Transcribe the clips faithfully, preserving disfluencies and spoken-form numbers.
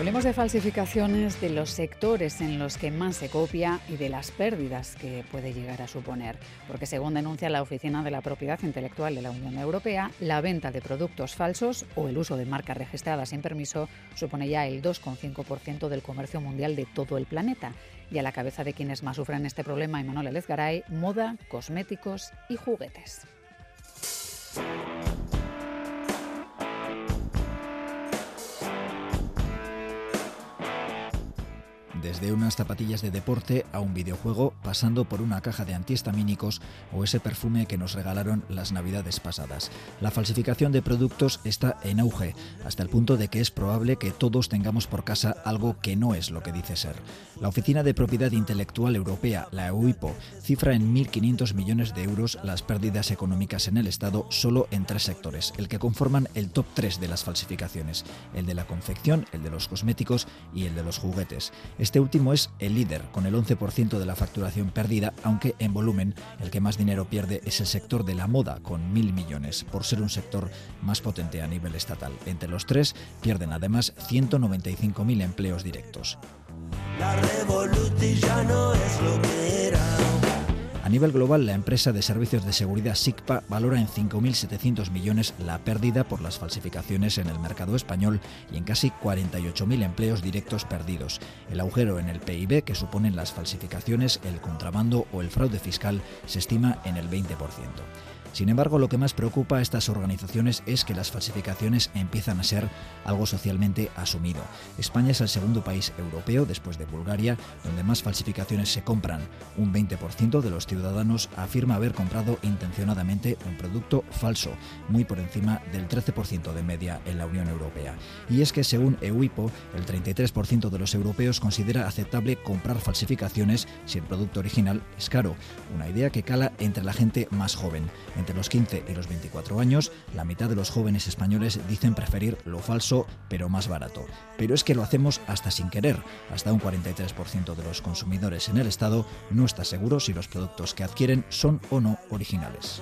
Hablemos de falsificaciones, de los sectores en los que más se copia y de las pérdidas que puede llegar a suponer. Porque según denuncia la Oficina de la Propiedad Intelectual de la Unión Europea, la venta de productos falsos o el uso de marcas registradas sin permiso supone ya el dos coma cinco por ciento del comercio mundial de todo el planeta. Y a la cabeza de quienes más sufren este problema, Imanol Elezgaray, moda, cosméticos y juguetes. Desde unas zapatillas de deporte a un videojuego, pasando por una caja de antihistamínicos o ese perfume que nos regalaron las navidades pasadas. La falsificación de productos está en auge, hasta el punto de que es probable que todos tengamos por casa algo que no es lo que dice ser. La Oficina de Propiedad Intelectual Europea, la EUIPO, cifra en mil quinientos millones de euros las pérdidas económicas en el Estado solo en tres sectores, el que conforman el top tres de las falsificaciones, el de la confección, el de los cosméticos y el de los juguetes. Este último es el líder, con el once por ciento de la facturación perdida, aunque en volumen el que más dinero pierde es el sector de la moda, con mil millones, por ser un sector más potente a nivel estatal. Entre los tres pierden además ciento noventa y cinco mil empleos directos. La revolución ya no es lo que era. A nivel global, la empresa de servicios de seguridad SICPA valora en cinco mil setecientos millones la pérdida por las falsificaciones en el mercado español y en casi cuarenta y ocho mil empleos directos perdidos. El agujero en el P I B que suponen las falsificaciones, el contrabando o el fraude fiscal se estima en el veinte por ciento. Sin embargo, lo que más preocupa a estas organizaciones es que las falsificaciones empiezan a ser algo socialmente asumido. España es el segundo país europeo, después de Bulgaria, donde más falsificaciones se compran. Un veinte por ciento de los ciudadanos afirma haber comprado intencionadamente un producto falso, muy por encima del trece por ciento de media en la Unión Europea. Y es que, según EUIPO, el treinta y tres por ciento de los europeos considera aceptable comprar falsificaciones si el producto original es caro, una idea que cala entre la gente más joven. Entre los quince y los veinticuatro años, la mitad de los jóvenes españoles dicen preferir lo falso, pero más barato. Pero es que lo hacemos hasta sin querer. Hasta un cuarenta y tres por ciento de los consumidores en el Estado no está seguro si los productos que adquieren son o no originales.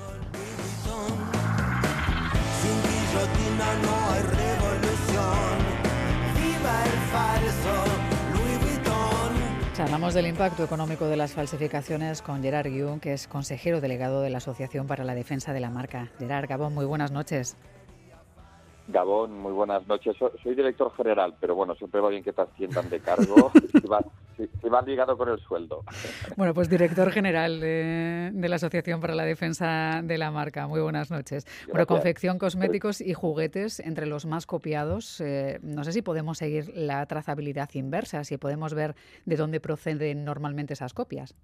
Sin guillotina no hay revolución. ¡Viva el falso! Hablamos del impacto económico de las falsificaciones con Gerard Guiú, que es consejero delegado de la Asociación para la Defensa de la Marca. Gerard, Gabón, muy buenas noches. Gabón, muy buenas noches. Soy, soy director general, pero bueno, siempre va bien que te asciendan de cargo si va, si, si va ligado con el sueldo. Bueno, pues director general de, de la Asociación para la Defensa de la Marca. Muy buenas noches. Gracias. Bueno, confección, cosméticos y juguetes entre los más copiados. Eh, no sé si podemos seguir la trazabilidad inversa, si podemos ver de dónde proceden normalmente esas copias.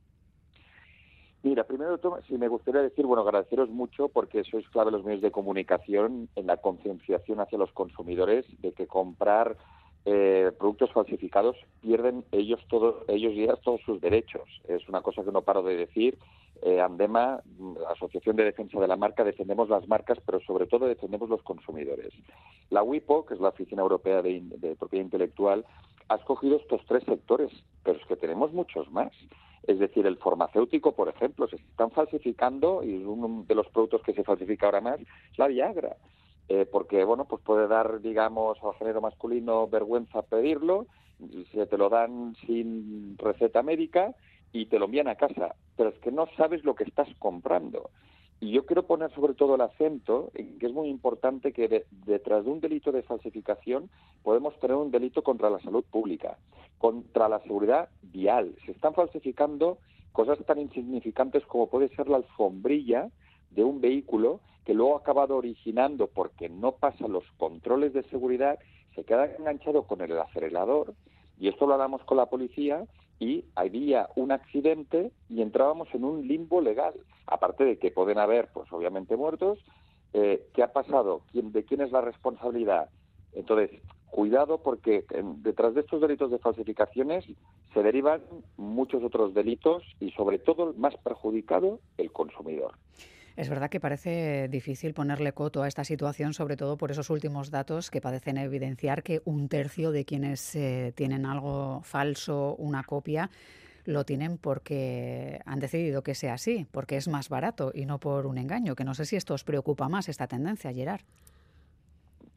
Mira, primero sí me gustaría decir, bueno, agradeceros mucho porque sois clave los medios de comunicación en la concienciación hacia los consumidores de que comprar eh, productos falsificados pierden ellos todos, ellos y ellas todos sus derechos. Es una cosa que no paro de decir. Eh, Andema, Asociación de Defensa de la Marca, defendemos las marcas, pero sobre todo defendemos los consumidores. La WIPO, que es la Oficina Europea de, de Propiedad Intelectual, ha escogido estos tres sectores, pero es que tenemos muchos más. Es decir, el farmacéutico, por ejemplo, se están falsificando y uno de los productos que se falsifica ahora más es la Viagra. Eh, porque, bueno, pues puede dar, digamos, al género masculino vergüenza pedirlo, se te lo dan sin receta médica y te lo envían a casa. Pero es que no sabes lo que estás comprando. Y yo quiero poner sobre todo el acento en que es muy importante que de, detrás de un delito de falsificación podemos tener un delito contra la salud pública, contra la seguridad vial. Se están falsificando cosas tan insignificantes como puede ser la alfombrilla de un vehículo que luego ha acabado originando, porque no pasa los controles de seguridad, se queda enganchado con el acelerador, y esto lo hablamos con la policía, y había un accidente y entrábamos en un limbo legal. Aparte de que pueden haber, pues obviamente, muertos, eh, ¿qué ha pasado? ¿Quién, ¿De quién es la responsabilidad? Entonces, cuidado porque eh, detrás de estos delitos de falsificaciones se derivan muchos otros delitos y, sobre todo, el más perjudicado, el consumidor. Es verdad que parece difícil ponerle coto a esta situación, sobre todo por esos últimos datos que parecen evidenciar que un tercio de quienes eh, tienen algo falso, una copia, lo tienen porque han decidido que sea así, porque es más barato y no por un engaño, que no sé si esto os preocupa más, esta tendencia, Gerard.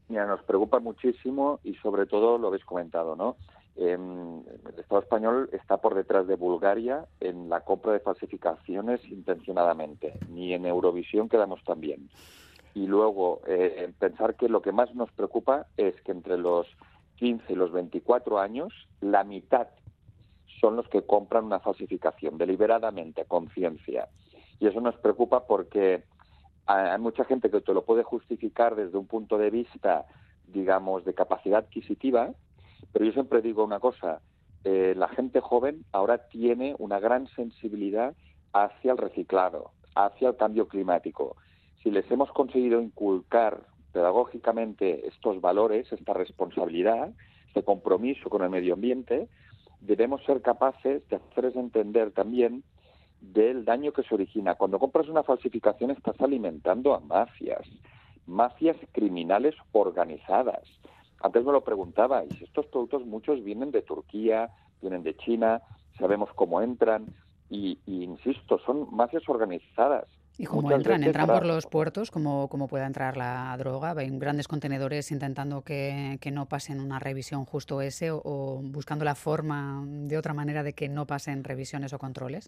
Mira, nos preocupa muchísimo y sobre todo lo habéis comentado, ¿no? Eh, el Estado español está por detrás de Bulgaria en la compra de falsificaciones intencionadamente. Ni en Eurovisión quedamos tan bien. Y luego, eh, pensar que lo que más nos preocupa es que entre los quince y los veinticuatro años, la mitad son los que compran una falsificación, deliberadamente, a conciencia. Y eso nos preocupa porque hay mucha gente que te lo puede justificar desde un punto de vista, digamos, de capacidad adquisitiva, pero yo siempre digo una cosa, eh, la gente joven ahora tiene una gran sensibilidad hacia el reciclado, hacia el cambio climático. Si les hemos conseguido inculcar pedagógicamente estos valores, esta responsabilidad, este compromiso con el medio ambiente, debemos ser capaces de hacerles entender también del daño que se origina. Cuando compras una falsificación estás alimentando a mafias, mafias criminales organizadas. Antes me lo preguntabais, estos productos muchos vienen de Turquía, vienen de China, sabemos cómo entran y, y insisto, son mafias organizadas. ¿Y cómo Muchas entran? veces ¿Entran para... por los puertos? ¿Cómo, cómo puede entrar la droga? ¿Ven grandes contenedores intentando que, que no pasen una revisión justo ese o, o buscando la forma de otra manera de que no pasen revisiones o controles?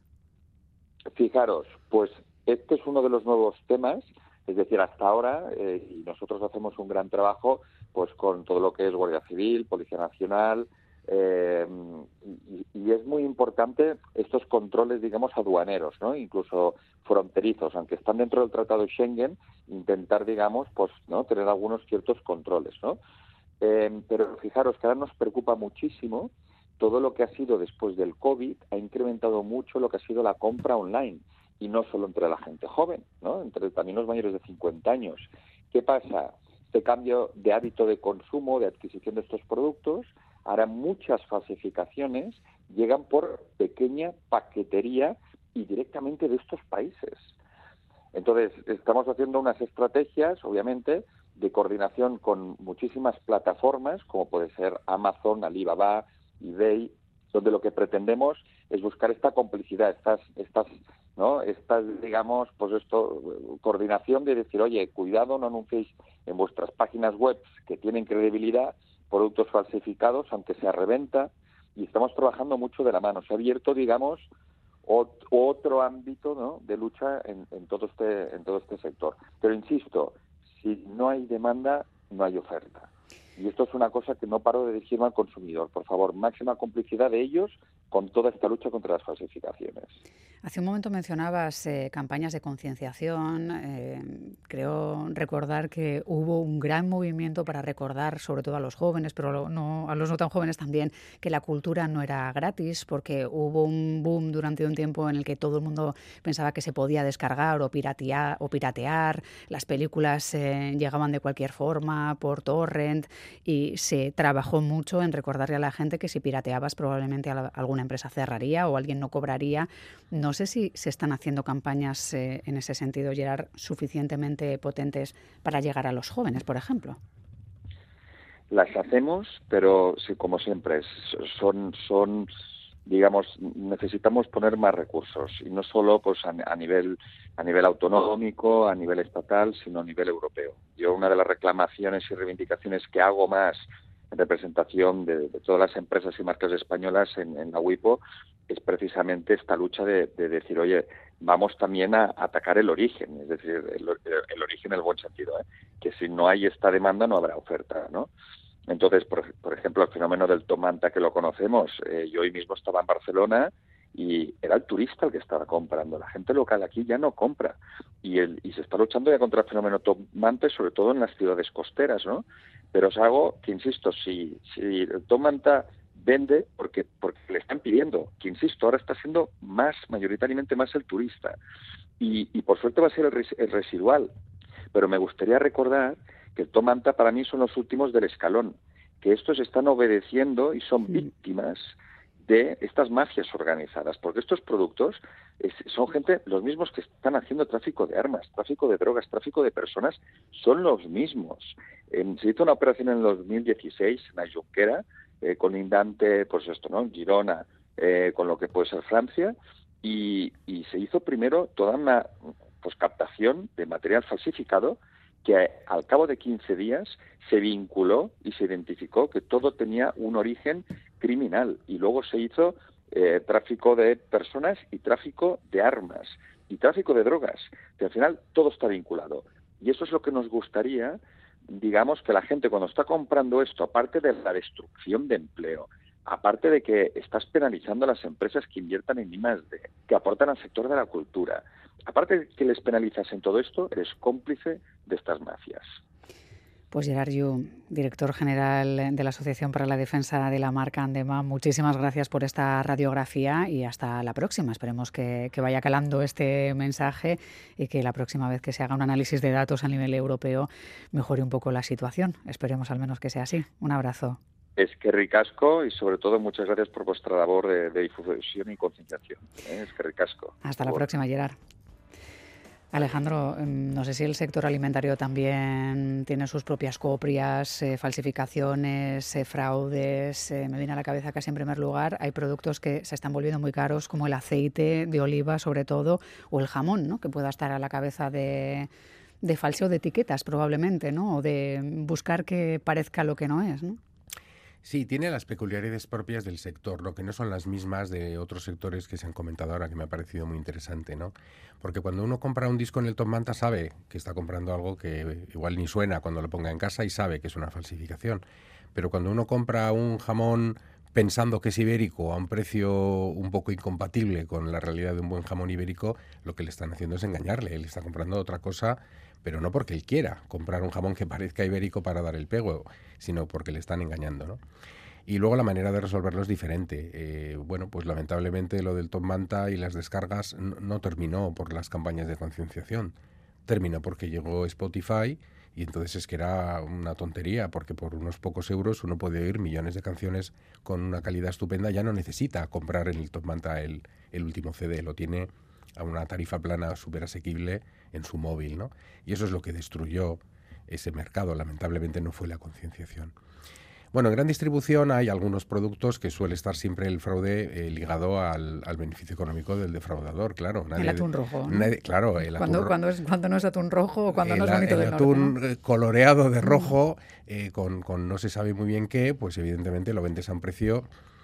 Fijaros, pues este es uno de los nuevos temas, es decir, hasta ahora, eh, y nosotros hacemos un gran trabajo pues con todo lo que es Guardia Civil, Policía Nacional, eh, y, y es muy importante estos controles, digamos, aduaneros, ¿no? Incluso fronterizos, aunque están dentro del Tratado de Schengen, intentar, digamos, pues, ¿no? Tener algunos ciertos controles, ¿no? Eh, pero fijaros que ahora nos preocupa muchísimo todo lo que ha sido después del COVID, ha incrementado mucho lo que ha sido la compra online, y no solo entre la gente joven, ¿no? Entre también los mayores de cincuenta años. ¿Qué pasa? Este cambio de hábito de consumo, de adquisición de estos productos, ahora muchas falsificaciones llegan por pequeña paquetería y directamente de estos países. Entonces, estamos haciendo unas estrategias, obviamente, de coordinación con muchísimas plataformas, como puede ser Amazon, Alibaba, eBay, donde lo que pretendemos es buscar esta complicidad, estas, estas, ¿no? Estas, digamos, pues esto, coordinación de decir, oye, cuidado, no anunciéis en vuestras páginas web que tienen credibilidad productos falsificados, aunque sea reventa, y estamos trabajando mucho de la mano. Se ha abierto, digamos, ot- otro ámbito, ¿no? de lucha en, en todo este, en todo este sector. Pero insisto, si no hay demanda, no hay oferta. Y esto es una cosa que no paro de dirigirme al consumidor. Por favor, máxima complicidad de ellos con toda esta lucha contra las falsificaciones. Hace un momento mencionabas eh, campañas de concienciación. Eh, creo recordar que hubo un gran movimiento para recordar, sobre todo a los jóvenes, pero no, a los no tan jóvenes también, que la cultura no era gratis, porque hubo un boom durante un tiempo en el que todo el mundo pensaba que se podía descargar o piratear, o piratear. Las películas eh, llegaban de cualquier forma, por torrent, y se trabajó mucho en recordarle a la gente que si pirateabas probablemente alguna empresa cerraría o alguien no cobraría. No sé si se están haciendo campañas eh, en ese sentido, Gerard, suficientemente potentes para llegar a los jóvenes, por ejemplo. Las hacemos, pero sí, como siempre, son, son, digamos, necesitamos poner más recursos y no solo pues a, a nivel a nivel autonómico, a nivel estatal, sino a nivel europeo. Yo una de las reclamaciones y reivindicaciones que hago más en representación de, de todas las empresas y marcas españolas en, en la WIPO es precisamente esta lucha de, de decir, oye, vamos también a, a atacar el origen, es decir, el, el origen en el buen sentido, ¿eh? Que si no hay esta demanda no habrá oferta, ¿no? Entonces, por, por ejemplo, el fenómeno del tomanta que lo conocemos, eh, yo hoy mismo estaba en Barcelona y era el turista el que estaba comprando, la gente local aquí ya no compra y, el, y se está luchando ya contra el fenómeno tomante, sobre todo en las ciudades costeras, ¿no? Pero es algo que, insisto, si, si el tomanta vende porque porque le están pidiendo, que insisto, ahora está siendo más, mayoritariamente más el turista y, y por suerte va a ser el, res, el residual, pero me gustaría recordar que el tomanta para mí son los últimos del escalón, que estos están obedeciendo y son víctimas de estas mafias organizadas, porque estos productos es, son gente, los mismos que están haciendo tráfico de armas, tráfico de drogas, tráfico de personas, son los mismos. Eh, se hizo una operación en el dos mil dieciséis en la Junquera, eh, colindante, pues esto, ¿no? Girona, eh, con lo que puede ser Francia, y, y se hizo primero toda una pues captación de material falsificado que al cabo de quince días se vinculó y se identificó que todo tenía un origen criminal y luego se hizo eh, tráfico de personas y tráfico de armas y tráfico de drogas, que al final todo está vinculado. Y eso es lo que nos gustaría, digamos, que la gente cuando está comprando esto, aparte de la destrucción de empleo, aparte de que estás penalizando a las empresas que inviertan en I más D, que aportan al sector de la cultura, aparte de que les penalizas en todo esto, eres cómplice de estas mafias. Pues Gerard Yu, director general de la Asociación para la Defensa de la Marca Andema, muchísimas gracias por esta radiografía y hasta la próxima. Esperemos que, que vaya calando este mensaje y que la próxima vez que se haga un análisis de datos a nivel europeo mejore un poco la situación. Esperemos al menos que sea así. Un abrazo. Es que ricasco y sobre todo muchas gracias por vuestra labor de, de difusión y concienciación. ¿eh? Es que ricasco. Hasta la próxima, Gerard. Alejandro, no sé si el sector alimentario también tiene sus propias coprias, eh, falsificaciones, eh, fraudes. Eh, me viene a la cabeza casi en primer lugar, hay productos que se están volviendo muy caros, como el aceite de oliva sobre todo, o el jamón, ¿no? Que pueda estar a la cabeza de, de falseo de etiquetas probablemente, ¿no? O de buscar que parezca lo que no es, ¿no? Sí, tiene las peculiaridades propias del sector, lo que no son las mismas de otros sectores que se han comentado ahora, que me ha parecido muy interesante, ¿no? Porque cuando uno compra un disco en el Top Manta sabe que está comprando algo que igual ni suena cuando lo ponga en casa y sabe que es una falsificación. Pero cuando uno compra un jamón pensando que es ibérico a un precio un poco incompatible con la realidad de un buen jamón ibérico, lo que le están haciendo es engañarle. Él está comprando otra cosa, pero no porque él quiera comprar un jamón que parezca ibérico para dar el pego, sino porque le están engañando, ¿no? Y luego la manera de resolverlo es diferente. Eh, bueno, pues lamentablemente lo del Top Manta y las descargas no, no terminó por las campañas de concienciación. Terminó porque llegó Spotify y entonces es que era una tontería, porque por unos pocos euros uno puede oír millones de canciones con una calidad estupenda. Ya no necesita comprar en el Top Manta el, el último C D, lo tiene a una tarifa plana súper asequible en su móvil, ¿no? Y eso es lo que destruyó ese mercado. Lamentablemente no fue la concienciación. Bueno, en gran distribución hay algunos productos que suele estar siempre el fraude eh, ligado al, al beneficio económico del defraudador, claro. Nadie, el atún rojo, ¿no? Nadie, claro, el cuando, atún cuando, es, cuando no es atún rojo o cuando el, no es bonito el del atún norte, ¿no? Coloreado de rojo eh, con, con no se sabe muy bien qué, pues evidentemente lo vendes a un precio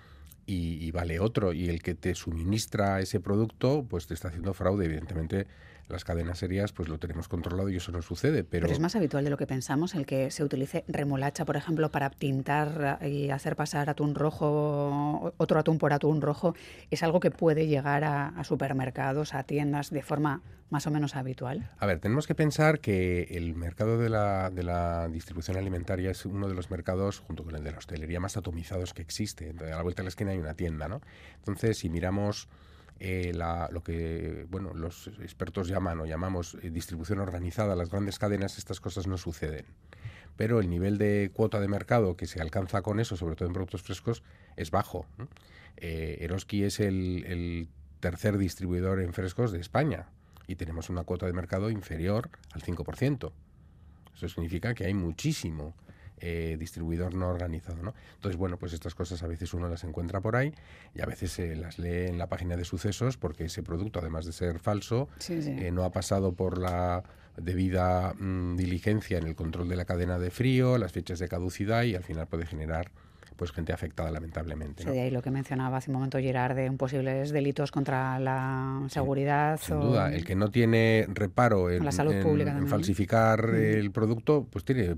y, y vale otro. Y el que te suministra ese producto, pues te está haciendo fraude, evidentemente. Las cadenas serias pues lo tenemos controlado y eso no sucede. Pero... pero es más habitual de lo que pensamos el que se utilice remolacha, por ejemplo, para tintar y hacer pasar atún rojo, otro atún por atún rojo. Es algo que puede llegar a, a supermercados, a tiendas, de forma más o menos habitual. A ver, tenemos que pensar que el mercado de la, de la distribución alimentaria es uno de los mercados, junto con el de la hostelería, más atomizados que existe. A la vuelta de la esquina hay una tienda, ¿no? Entonces, si miramos... Eh, la, lo que bueno los expertos llaman o llamamos eh, distribución organizada, las grandes cadenas, estas cosas no suceden. Pero el nivel de cuota de mercado que se alcanza con eso, sobre todo en productos frescos, es bajo. ¿no? Eh, Eroski es el, el tercer distribuidor en frescos de España y tenemos una cuota de mercado inferior al cinco por ciento. Eso significa que hay muchísimo Eh, distribuidor no organizado, ¿no? Entonces, bueno, pues estas cosas a veces uno las encuentra por ahí y a veces se eh, las lee en la página de sucesos porque ese producto, además de ser falso, sí, sí. Eh, no ha pasado por la debida mmm, diligencia en el control de la cadena de frío, las fechas de caducidad y al final puede generar pues gente afectada lamentablemente, ¿no? Sí, de ahí lo que mencionaba hace un momento Gerard de posibles delitos contra la seguridad. Sí, sin o... duda, el que no tiene reparo en, la salud en, pública en también, falsificar ¿no? el producto, pues tiene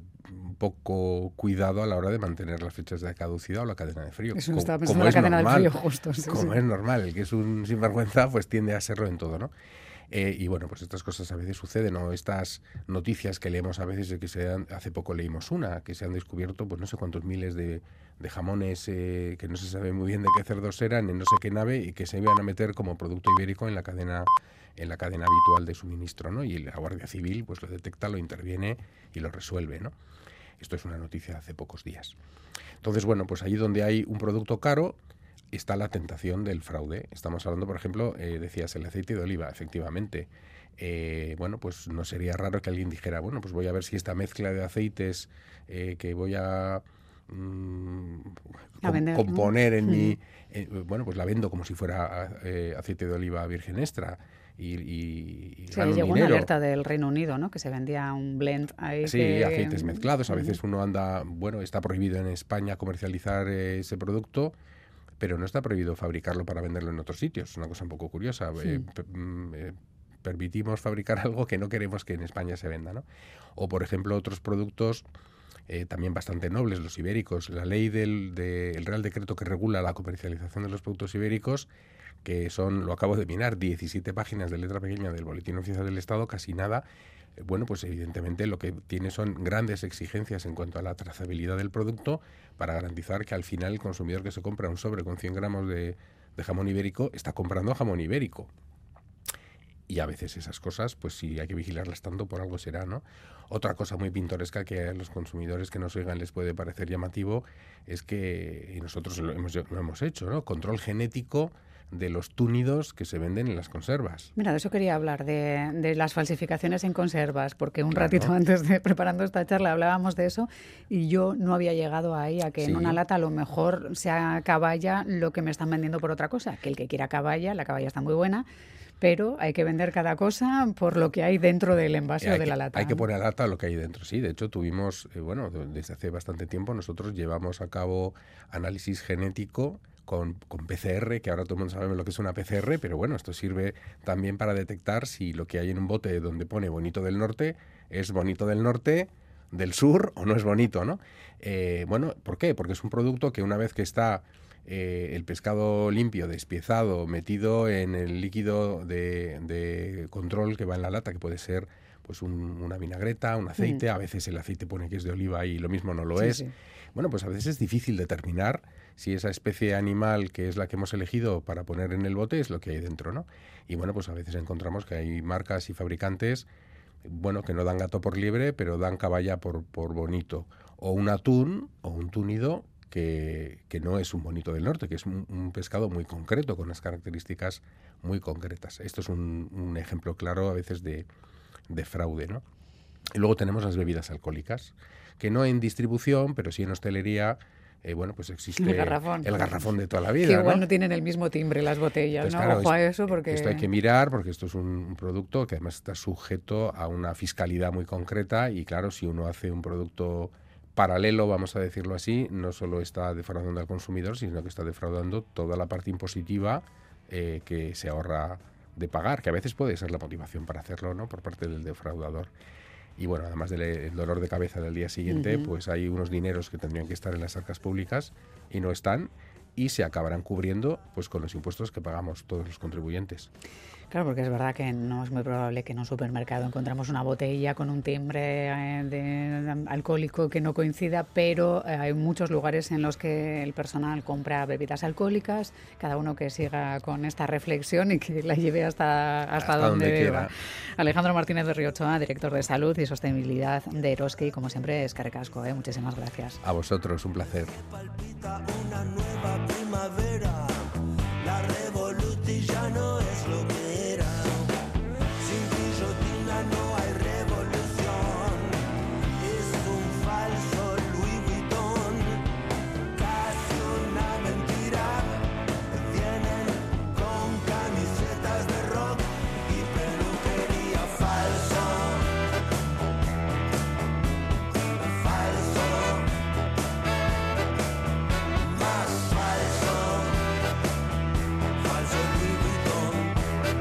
poco cuidado a la hora de mantener las fechas de caducidad o la cadena de frío. Eso no estaba pensando como en la cadena normal, de frío justo. Sí, como sí. es normal, el que es un sinvergüenza pues tiende a serlo en todo, ¿no? Eh, y bueno, pues estas cosas a veces suceden, o estas noticias que leemos a veces de que se han, hace poco leímos una, que se han descubierto pues no sé cuántos miles de, de jamones eh, que no se sabe muy bien de qué cerdos eran en no sé qué nave y que se iban a meter como producto ibérico en la cadena en la cadena habitual de suministro, ¿no? Y la Guardia Civil pues lo detecta, lo interviene y lo resuelve, ¿no? Esto es una noticia de hace pocos días. Entonces, bueno, pues allí donde hay un producto caro está la tentación del fraude. Estamos hablando, por ejemplo, eh, decías, el aceite de oliva, efectivamente. Eh, bueno, pues no sería raro que alguien dijera, bueno, pues voy a ver si esta mezcla de aceites eh, que voy a, mmm, a com- vender, componer ¿no? en Mm. mi... Eh, bueno, pues la vendo como si fuera eh, aceite de oliva virgen extra. y, y, y sí, ganan llegó dinero. una alerta del Reino Unido, ¿no? Que se vendía un blend ahí. Sí, que... aceites mezclados. A veces uno anda, bueno, está prohibido en España comercializar eh, ese producto, pero no está prohibido fabricarlo para venderlo en otros sitios. Es una cosa un poco curiosa. Sí. Eh, p- eh, permitimos fabricar algo que no queremos que en España se venda, ¿no? O, por ejemplo, otros productos eh, también bastante nobles, los ibéricos. La ley del de, el Real Decreto que regula la comercialización de los productos ibéricos, que son, lo acabo de mirar, diecisiete páginas de letra pequeña del Boletín Oficial del Estado, casi nada. Eh, bueno, pues evidentemente lo que tiene son grandes exigencias en cuanto a la trazabilidad del producto para garantizar que al final el consumidor que se compra un sobre con cien gramos de, de jamón ibérico está comprando jamón ibérico. Y a veces esas cosas, pues sí, hay que vigilarlas tanto, por algo será, ¿no? Otra cosa muy pintoresca que a los consumidores que nos oigan les puede parecer llamativo es que, y nosotros lo hemos, lo hemos hecho, ¿no? Control genético de los túnidos que se venden en las conservas. Mira, de eso quería hablar, de, de las falsificaciones en conservas, porque un Claro. ratito antes de preparando esta charla hablábamos de eso y yo no había llegado ahí a que Sí. en una lata a lo mejor sea caballa lo que me están vendiendo por otra cosa, que el que quiera caballa, la caballa está muy buena, pero hay que vender cada cosa por lo que hay dentro del envase Hay o de que- la lata. Hay que ¿no? poner a lata lo que hay dentro, sí. De hecho, tuvimos, eh, bueno, de- desde hace bastante tiempo nosotros llevamos a cabo análisis genético con, con P C R, que ahora todo el mundo sabe lo que es una P C R, pero bueno, esto sirve también para detectar si lo que hay en un bote donde pone bonito del norte es bonito del norte, del sur o no es bonito, ¿no? Eh, bueno, ¿por qué? Porque es un producto que una vez que está eh, el pescado limpio, despiezado, metido en el líquido de, de control que va en la lata, que puede ser pues un- una vinagreta, un aceite, Mm. a veces el aceite pone que es de oliva y lo mismo no lo Sí, es. sí. Bueno, pues a veces es difícil determinar si esa especie animal que es la que hemos elegido para poner en el bote es lo que hay dentro, ¿no? Y bueno, pues a veces encontramos que hay marcas y fabricantes, bueno, que no dan gato por liebre, pero dan caballa por, por bonito. O un atún o un túnido que, que no es un bonito del norte, que es un, un pescado muy concreto, con unas características muy concretas. Esto es un, un ejemplo claro a veces de, de fraude, ¿no? Y luego tenemos las bebidas alcohólicas, que no en distribución, pero sí en hostelería, eh, bueno, pues existe El garrafón. el garrafón de toda la vida, Que igual ¿no? no tienen el mismo timbre las botellas, Pues ¿no? claro, Ojo a es- eso porque... Esto hay que mirar porque esto es un, un producto que además está sujeto a una fiscalidad muy concreta y claro, si uno hace un producto paralelo, vamos a decirlo así, no solo está defraudando al consumidor, sino que está defraudando toda la parte impositiva eh, que se ahorra de pagar, que a veces puede ser la motivación para hacerlo, ¿no? Por parte del defraudador. Y bueno, además del dolor de cabeza del día siguiente, Ujú. pues hay unos dineros que tendrían que estar en las arcas públicas y no están y se acabarán cubriendo pues con los impuestos que pagamos todos los contribuyentes. Claro, porque es verdad que no es muy probable que en un supermercado encontramos una botella con un timbre eh, de alcohólico que no coincida, pero eh, hay muchos lugares en los que el personal compra bebidas alcohólicas, cada uno que siga con esta reflexión y que la lleve hasta, hasta, Hasta donde, donde deba. quiera. Alejandro Martínez de Riochoa, director de Salud y Sostenibilidad de Eroski, como siempre, es Carrecasco, ¿eh? Muchísimas gracias. A vosotros, un placer. Palpita una nueva primavera, la revolución ya no es lo que era. Sin guillotina no hay revolución, es un falso Louis Vuitton, casi una mentira. Vienen con camisetas de rock y peluquería falso, falso. Más falso, falso Louis Vuitton.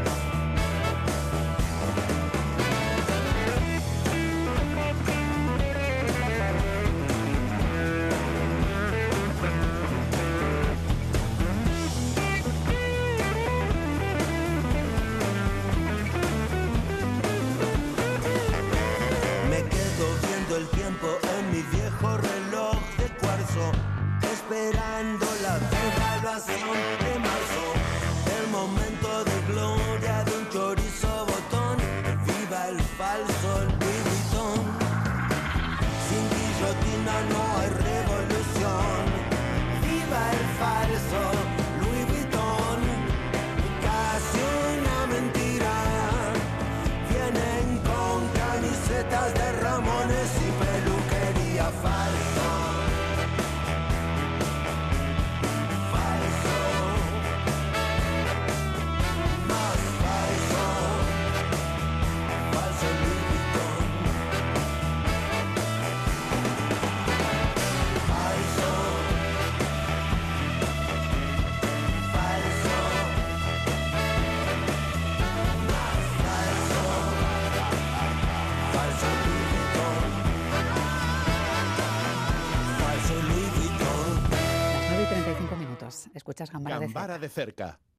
Me quedo viendo el tiempo en mi viejo reloj de cuarzo, esperando la devaluación de marzo, el momento de gloria de un chorizo botón. Viva el falso Louis Vuitton. Sin guillotina no hay revolución. Viva el falso Louis Vuitton. Casi una mentira. Vienen con camisetas de Ramones y peluquería falso. Falso. Más falso. escuchas Gambara, Gambara de cerca. de cerca.